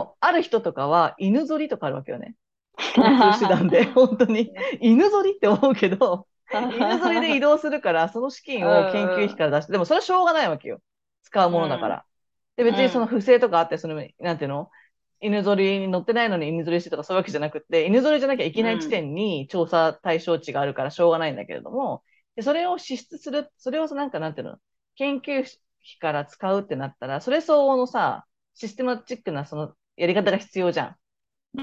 でも、ある人とかは犬ぞりとかあるわけよね。交通手段で、本当に。犬ぞりって思うけど、犬ぞりで移動するから、その資う金を研究費んから出して、でもそれはしょうがないわけよ。使ううん。 ものだから。で、別にそのうん。 不正とかあって、その、なんていうの犬ぞりに乗ってないのに犬ぞりしてとかそういうわけじゃなくって、犬ぞりじゃなきゃいけない地うん。 点に調査対象値があるからしょうがないんだけれども、で、それを支出する、それをなんかなんていうの研究費から使うってなったら、それ相応のさ、システマチックなそのやり方が必要じゃん。 うん。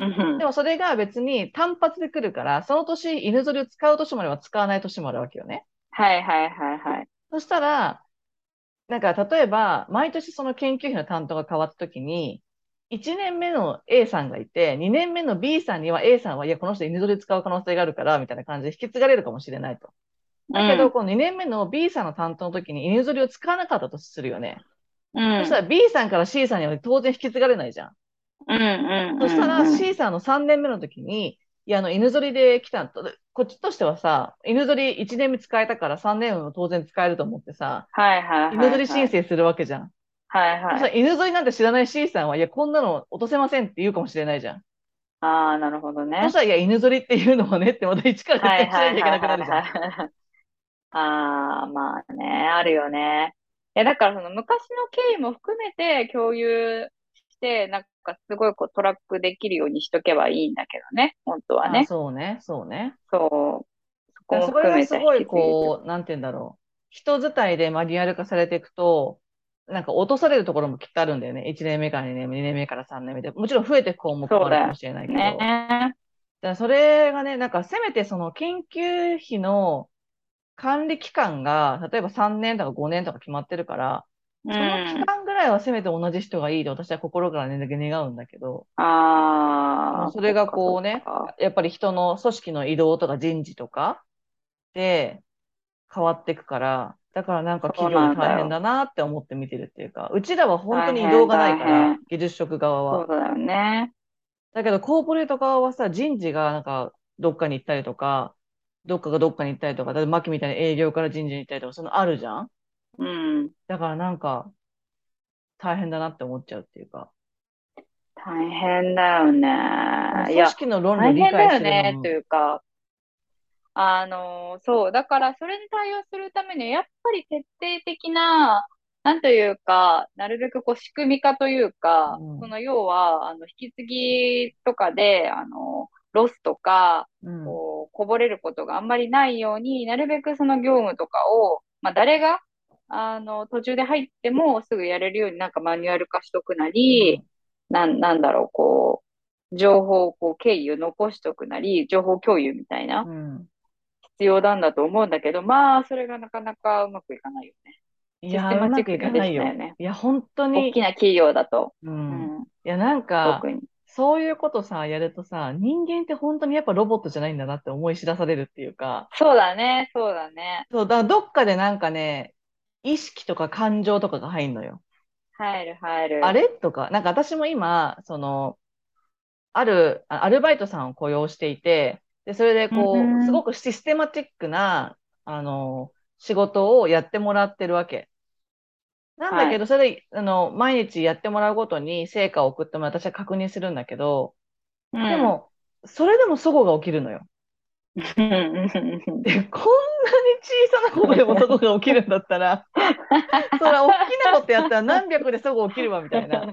でもそれが別に単発で来るから、その年犬ぞりを使う年もあれば使わない年もあるわけよね。 はいはいはいはい。 そしたら、なんか例えば、毎年その研究費の担当が変わった時に、いちねんめの A さんがいて、にねんめの B さんには A さんは、いや、この人犬ぞり使う可能性があるから、みたいな感じで引き継がれるかもしれないと。だけど、 うん。 このにねんめの B さんの担当の時に犬ぞりを使わなかったとするよね。 うん。 そしたら B さんから C さんには当然引き継がれないじゃん。 うんうんそしたらうんうん。 C さんのさんねんめの時に、いや、あの、犬ぞりで来たと、こっちとしてはさ、犬ぞりいちねんめ使えたからさんねんめも当然使えると思ってさ、 はいはい犬ぞはいはい。 り申請するわけじゃん。でもさ、 はいはい。 犬ぞりなんて知らない C さんは、いや、こんなの落とせませんって言うかもしれないじゃん。 ああ、なるほどね。 そしたら、いや、犬ぞりっていうのはねってまた一から説はい明しなきゃいけはいはいなくなるじゃん。 はいはい。ああ、まあね、あるよね。いや、だからその昔の経緯も含めて共有して、なんかすごいこうトラックできるようにしとけばいいんだけどね、本当はあ、 ね。 そうね、そうね。 そう、そこもだからそれが含めてすごい、 引き継いで。 こう、なんて言うんだろう。人伝いでマニュアル化されていくと、なんか落とされるところもきっとあるんだよね。いちねんめからにねんめ、にねんめからさんねんめで。もちろん増えていく項目もあるそうだよかもしれないけど。 ね。 だからそれがね、なんかせめてその研究費の管理期間が、例えばさんねんとかごねんとか決まってるから、 うその期ん。 間ぐらいはせめて同じ人がいいと私は心からね、願うんだけど、でもああ、 それがそっかそっこうね、 か。 やっぱり人の組織の移動とか人事とかで変わっていくから、だからなんかそう企業でなんだよ。 大変だなって思って見てるっていうか、うちらは本当大に移動変がないから、 大変。 技術職側は。 そうだよね。 だけどコーポレート側はさ、人事がなんかどっかに行ったりとか、どっかがどっかに行ったりとか、だってマキみたいに営業から人事に行ったりとか、そのあるじゃん。 うん。 だからなんか大変だなって思っちゃうっていうか、 大変だよそのね。いや、 組織の論理を大変だ理解するのよね、とも、 いうか、あの、そう、だからそれに対応するためには、やっぱり徹底的な、なんというか、なるべくこう仕組み化というか、そうん、 の要は、あの、引き継ぎとかで、あの、ロスとか、 うん、 こう、こぼれることがあんまりないように、なるべくその業務とかを、まあ、誰が、あの、途中で入ってもすぐやれるようになんかマニュアル化しとくなり、 うん、 なん、なんだろう、こう、情報、こう、経緯を残しとくなり、情報共有みたいな、 うん。 必要なんだと思うんだけど、まあ、それがなかなかうまくいかないよね。システいや、うマチまくいックにはでかないよ。 きないよね。 いや、本当大きに、 な企業だと。 うん。 うん、 いや、なんか、 特に。 そういうことさ、やるとさ、人間って本当にやっぱロボットじゃないんだなって思い知らされるっていうか、 そうだね、そうだね。 そう、だからどっかでなんかね、意識とか感情とかが入んのよ。 入る、入ある。 れとか、なんか私も今、その、ある、あアルバイトさんを雇用していて、で、それでうこう、すん、 ごくシステマチックな、あの、仕事をやってもらってるわけ。なんだはい。 けど、それで、あの、毎日やってもらうごとに成果を送ってもらう私は確認するんだけど、 うん。 でも、それでも齟齬が起きるのよ。で、こんなに小さなことでも齟齬が起きるんだったら、それは大きなことやったら何百で齟齬起きるわ、みたいな。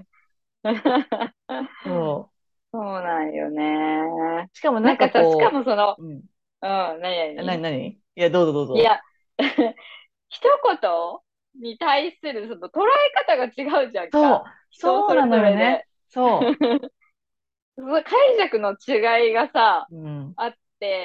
そそうなんよね。 う。しかもなんかなんかさ、しかこもその、 う、うん。 うん、なにななにになにいや、どうぞどうぞ。 いや、一言に対するその捉え方が違うじゃんそう、 か。人そうなそれのよね。 ぞれで。 そう。 すごい解釈の違いがさ、 うん。 あって、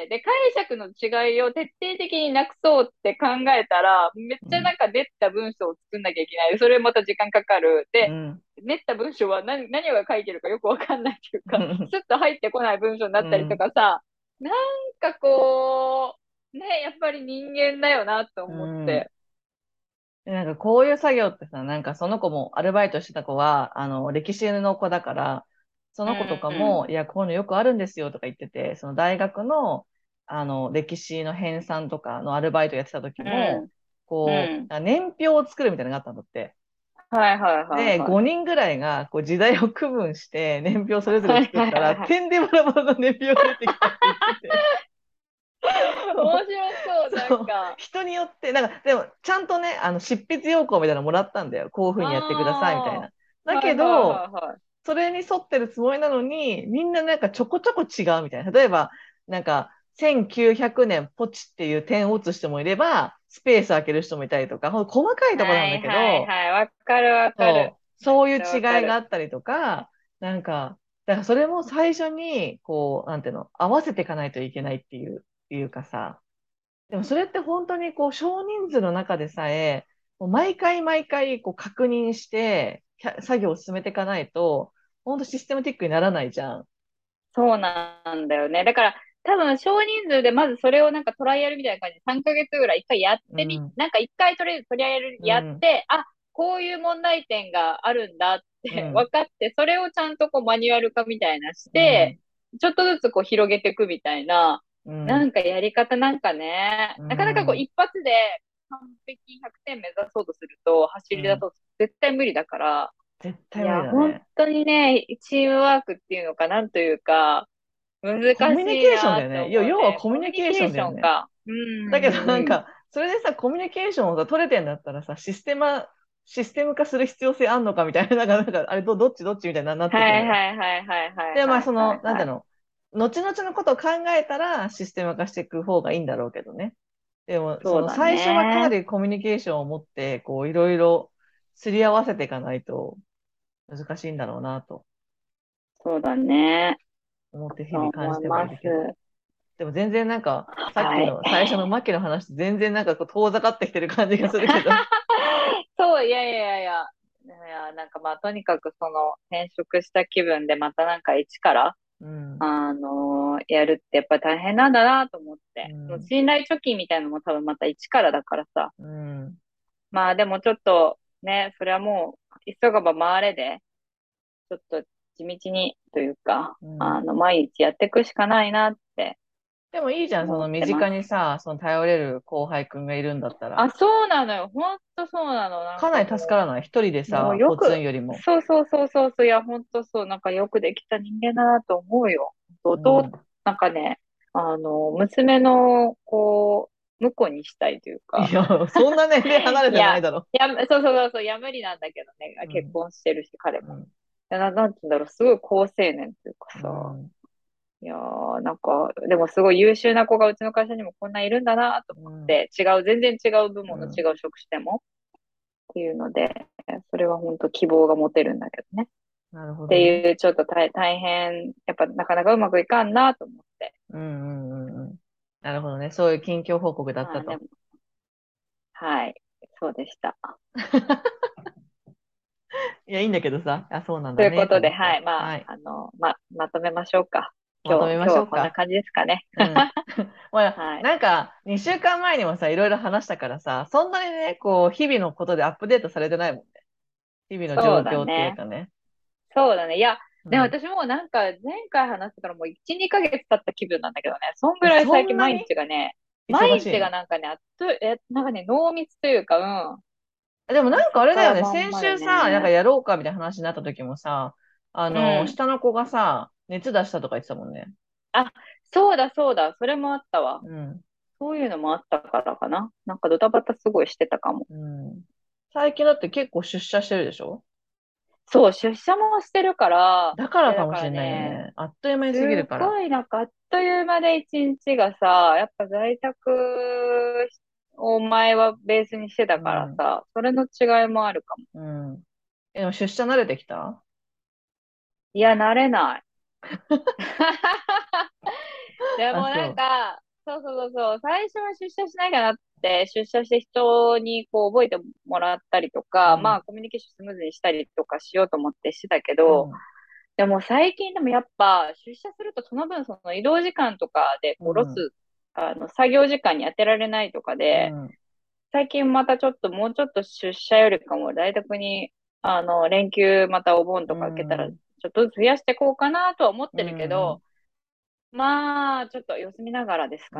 で、解釈の違いを徹底的になくそうって考えたら、めっうん。 ちゃなんか練った文章を作んなきゃいけない。それまた時間かかる。で、 うん。 練った文章は何、何が書いてるかよくわかんないっていうか、スッと入ってこない文章になったりとうん。 かさ、なんかこう、ね、やっぱり人間だよなとう思っん。 て。 でなんかこういう作業ってさ、なんかその子もアルバイトしてた子は、あの、歴史の子だから、そうの子とかも、 ん、 いや、こういうのよくあるんですよとか言ってて、その大学の、あの、歴史の編纂とかのアルバイトやってた時うも、 ん、うこん。 う、年表を作るみたいなのがあったんだって。 はいはいはいで、 はい。 ごにんぐらいがこう時代を区分して年表それぞれはいはい作ったら、 はいはい。 点でバラバラの年表が出てきたって言ってて、 面白そう、なそう、 んか。 人によって、なんか、でも、ちゃんとね、あの、執筆要項みたいなのもらったんだよ。こういうふうにやってください、みたいあな。 あ、 だけはいはいど、 はいはい。 それに沿ってるつもりなのに、みんななんかちょこちょこ違うみたいな。例えば、なんか、せんきゅうひゃくねんポチっていう点を打つ人もいれば、スペース開ける人もいたりとか、ほんと細かいとこなんだはいけど、 はいはい。わかるわかる。 そう、 めっそういうちゃわか違いがある。 ったりとか、なんか、だからそれも最初に、こう、なんていうの、合わせていかないといけないっていう、いうかさ、でもそれって本当にこう少人数の中でさえ、もう毎回毎回こう確認して、きゃ作業を進めていかないと、本当システマティックにならないじゃん。 そうなんだよね。だから、多分少人数でまずそれをなんかトライアルみたいな感じでさんかげつぐらい一回やってみ、 うん、 なんか一回とりあえずトライアルうん、 やって、あ、こういう問題点があるんだってうん、 分かって、それをちゃんとこうマニュアル化みたいなして、 うん、 ちょっとずつこう広げていくみたいな、 うん、 なんかやり方なんかね、 うなかなかこうん、 一発で完璧ひゃくてん目指そうとすると、走うん。 り出そうと絶対無理だから、 絶対無理いや、本だね。 当にね、チームワークっていうのかなんというか、難しコミュニケーションだいなってよね。要要は思うね。 コミュニケーシコミュニケーョンだよね。 ションか。うだけどなんん、うん。 か、それでさ、コミュニケーションをさ、取れてんだったらさ、システマ、システム化する必要性あんのかみたいな、なんか、なんか、あれど、どっちどっちみたいになってくのよ。 はいはいはいはいはいで、まあ、 はいその、なんはいはい。 だろう。後々のことを考えたら、システム化していく方がいいんだろうけどね。でも、そのそうだ最初はかなね。 りコミュニケーションを持って、こう、いろいろすり合わせていかないと難しいんだろうなとそうだね。 思って日そう 々感じてはい思います。 るけど。でも全然なんか、さっきはい。 の最初のマキの話と全然なんかこう遠ざかってきてる感じがするけど。 そう、いやいやいやいや。いや、なんかまあ、とにかくその転職した気分でまたなんか一から、 うん。 あのーやるってやっぱ大変なんだなと思って。そのうん。 信頼貯金みたいなのも多分また一からだからさ。 うん。 まあでもちょっとね、それはもう、急がば回れで、ちょっと地道にというか、 うん。 あの、毎日やっていくしかないなってでもいいじゃん、そ思の身近ってます。 にさ、その頼れる後輩くんがいるんだったら。 あ、そうなのよ。ほんとそうなの。なんかなりかも助からない。一人でう、もうさ、ポツンよく、 よりも。 そうそうそうそうそう、いや、ほんとそう、なんかよくできた人間だなと思うよ。 うん。 弟、なんかね、あの、娘の、こう、婿にしたいというか、 いや、そんな年齢離れいや、 てないだろ。 いや、そうそうそうそう、いや、無理なんだけどね、結うん。 婚してるし、彼も。 うん。 いやな、なんて言うんだろう、すごい好青年というかうさ、 ん。 いやー、なんか、でもすごい優秀な子がうちの会社にもこんないるんだなとうん。 思って、違う、全然違う部門の違うん。 う職種でもっていうので、それは本当希望が持てるんだけどね。っなるほどね。 ていう、ちょっと大大変、やっぱなかなかうまくいかんなと思って。 うんうんうんうん。なるほどね。そういう近況報告だったと。 まあでも、はい、そうでした。 いや、いいんだけどさ。あ、そうなんだね、とということで、 思って。 はい、まあ、 はい。 あの、ま、まとめましょうか。今日、 まとめま今日しょうか。 はこんな感じですかね。 うん。まあ、 はい。 なんか、にしゅうかんまえにもさ、いろいろ話したからさ、そんなにね、こう、日々のことでアップデートされてないもんね。日々の状そうだ況っていうね。 かね。 そうだね。いや、で、 うん。 私もなんか前回話してからもういち、にかげつ経った気分なんだけどね。そんぐえ、 らいそ最近毎んなに日がね、毎日が忙しいの？ なんかね、あっと、え、なんかね、濃密というか、うん。 でもなんか朝あれだよね、 から晩先まで週さ、なんかね。 やろうかみたいな話になった時もさ、あの、 うん。 下の子がさ、熱出したとか言ってたもんね。 あ、そうだそうだ。それもあったわ。 うん。 そういうのもあったからかな。なんかドタバタすごいしてたかも。 うん。最近だって結構出社してるでしょ？ そう、出社もしてるから、 だからいや、だからかもしれないよね、 ね。あっという間にす過ぎるから。 ごいなんかあっという間で一日がさ、やっぱ在宅を前はベースにしてたからうん。 さ、それの違いもあるかも。 うん。え、でも出社慣れてきた？ いや、慣れない。 であ、 もなんそか、そうそうそうそう、最初は出社しなきゃなって、出社して人にこう覚えてもらったりとう。うか、まん。 あコミュニケーションスムーズにしたりとかしようと思ってしてたけど、 うん。 でも最近でもやっぱ出社するとその分その移動時間とかでうん。 こうロス、あの作業時間に当てられないとかで、 うん。 最近またちょっともうちょっと出社よりかも在宅に、あの、連休またお盆うとか明けたらちん。 ょっとずつ増やしていこうかなとは思っうてるけど、 ん。 まあ、ちょっと様子見ながらですかうん。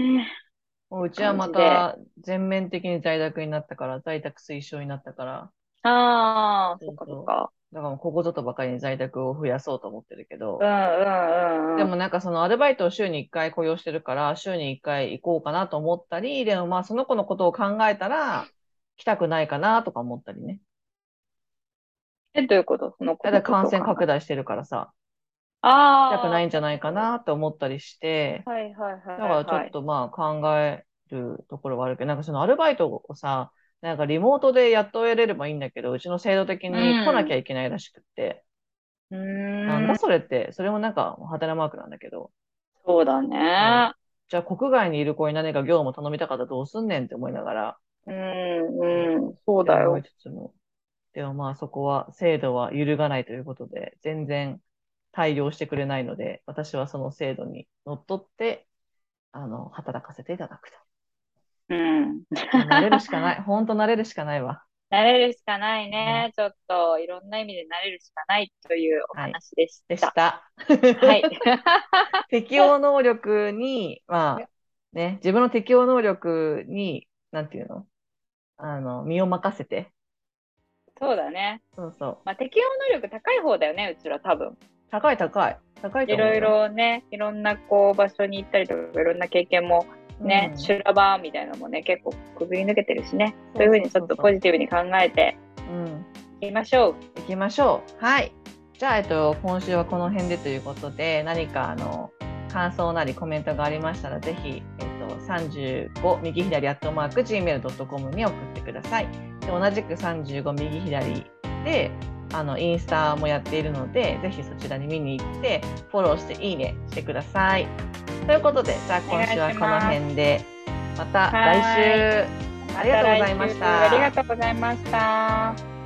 ね。 もううちは感じで。 また全面的に在宅になったから、在宅推奨になったから、 ああ、そっそうそかそっか。 う。だからもうここぞとばかりに在宅を増やそうと思ってるけど、 うんうんうんうん。 でもなんかそのアルバイトを週にいっかい雇用してるから、週にいっかい行こうかなと思ったり、でもまあその子のことを考えたら、来たくないかなとか思ったりね。 え、どういうことその子ただのこ感染とを考えて。 拡大してるからさ、来たくああ、 ないんじゃないかなって思ったりして、 はいはいだからちょはいはい。 っとまあ考えるところはあるけど、なんかそのアルバイトをさ、なんかリモートで雇えれればいいんだけど、うちの制度的うに来なきゃん。 いけないらしくって、 うなんだーん。 それって、それもなんかハテナマークなんだけど、 そうだそう。 ね。 じゃあ国外にいる子に何か業務頼みたかったらどうすんねんって思いながら、 うそうんうん。 って思いそうだよ。 つつも、でもまあそこは制度は揺るがないということで、全然対応してくれないので、私はその制度にのっとって、あの、働かせていただくと。 うん。 もう慣れるしかない。ほんと慣れるしかないわ。 慣れるしかないうん。 ね。ちょっといろんな意味で慣れるしかないというおはい。 話でしでした。 た。 はい。 適応能力に、まあ、ね、自分の適応能力に、なんていうのあの、身を任せて。 そうだね。 そうそう。 まあ、適応能力高い方だよね、うちら多分。 高い高い。高いといろい思うよ。 ろね、いろんなこう場所に行ったりとか、いろんな経験もね、 うん。 修羅場みたいなのもね、結構くぐり抜けてるしね。そうそういうふうにちょっとそうそうそポジティブに考えてう。うん。 いきましょう。 行きましょう。はい。じゃあ、えっと、今週はこの辺でということで、何かあの、感想なりコメントがありましたら、ぜひ、えっと、さんじゅうご右左アットマーク ジーメールドットコム に送ってください。で同じくさんじゅうご右左で、あの、インスタもやっているので、ぜひそちらに見に行って、フォローしていいねしてください。ということで、じゃあお願い今週はこのします。 辺で、また来はーい。 週、あまりがとうございた来週、 ましありがた。 とうございました。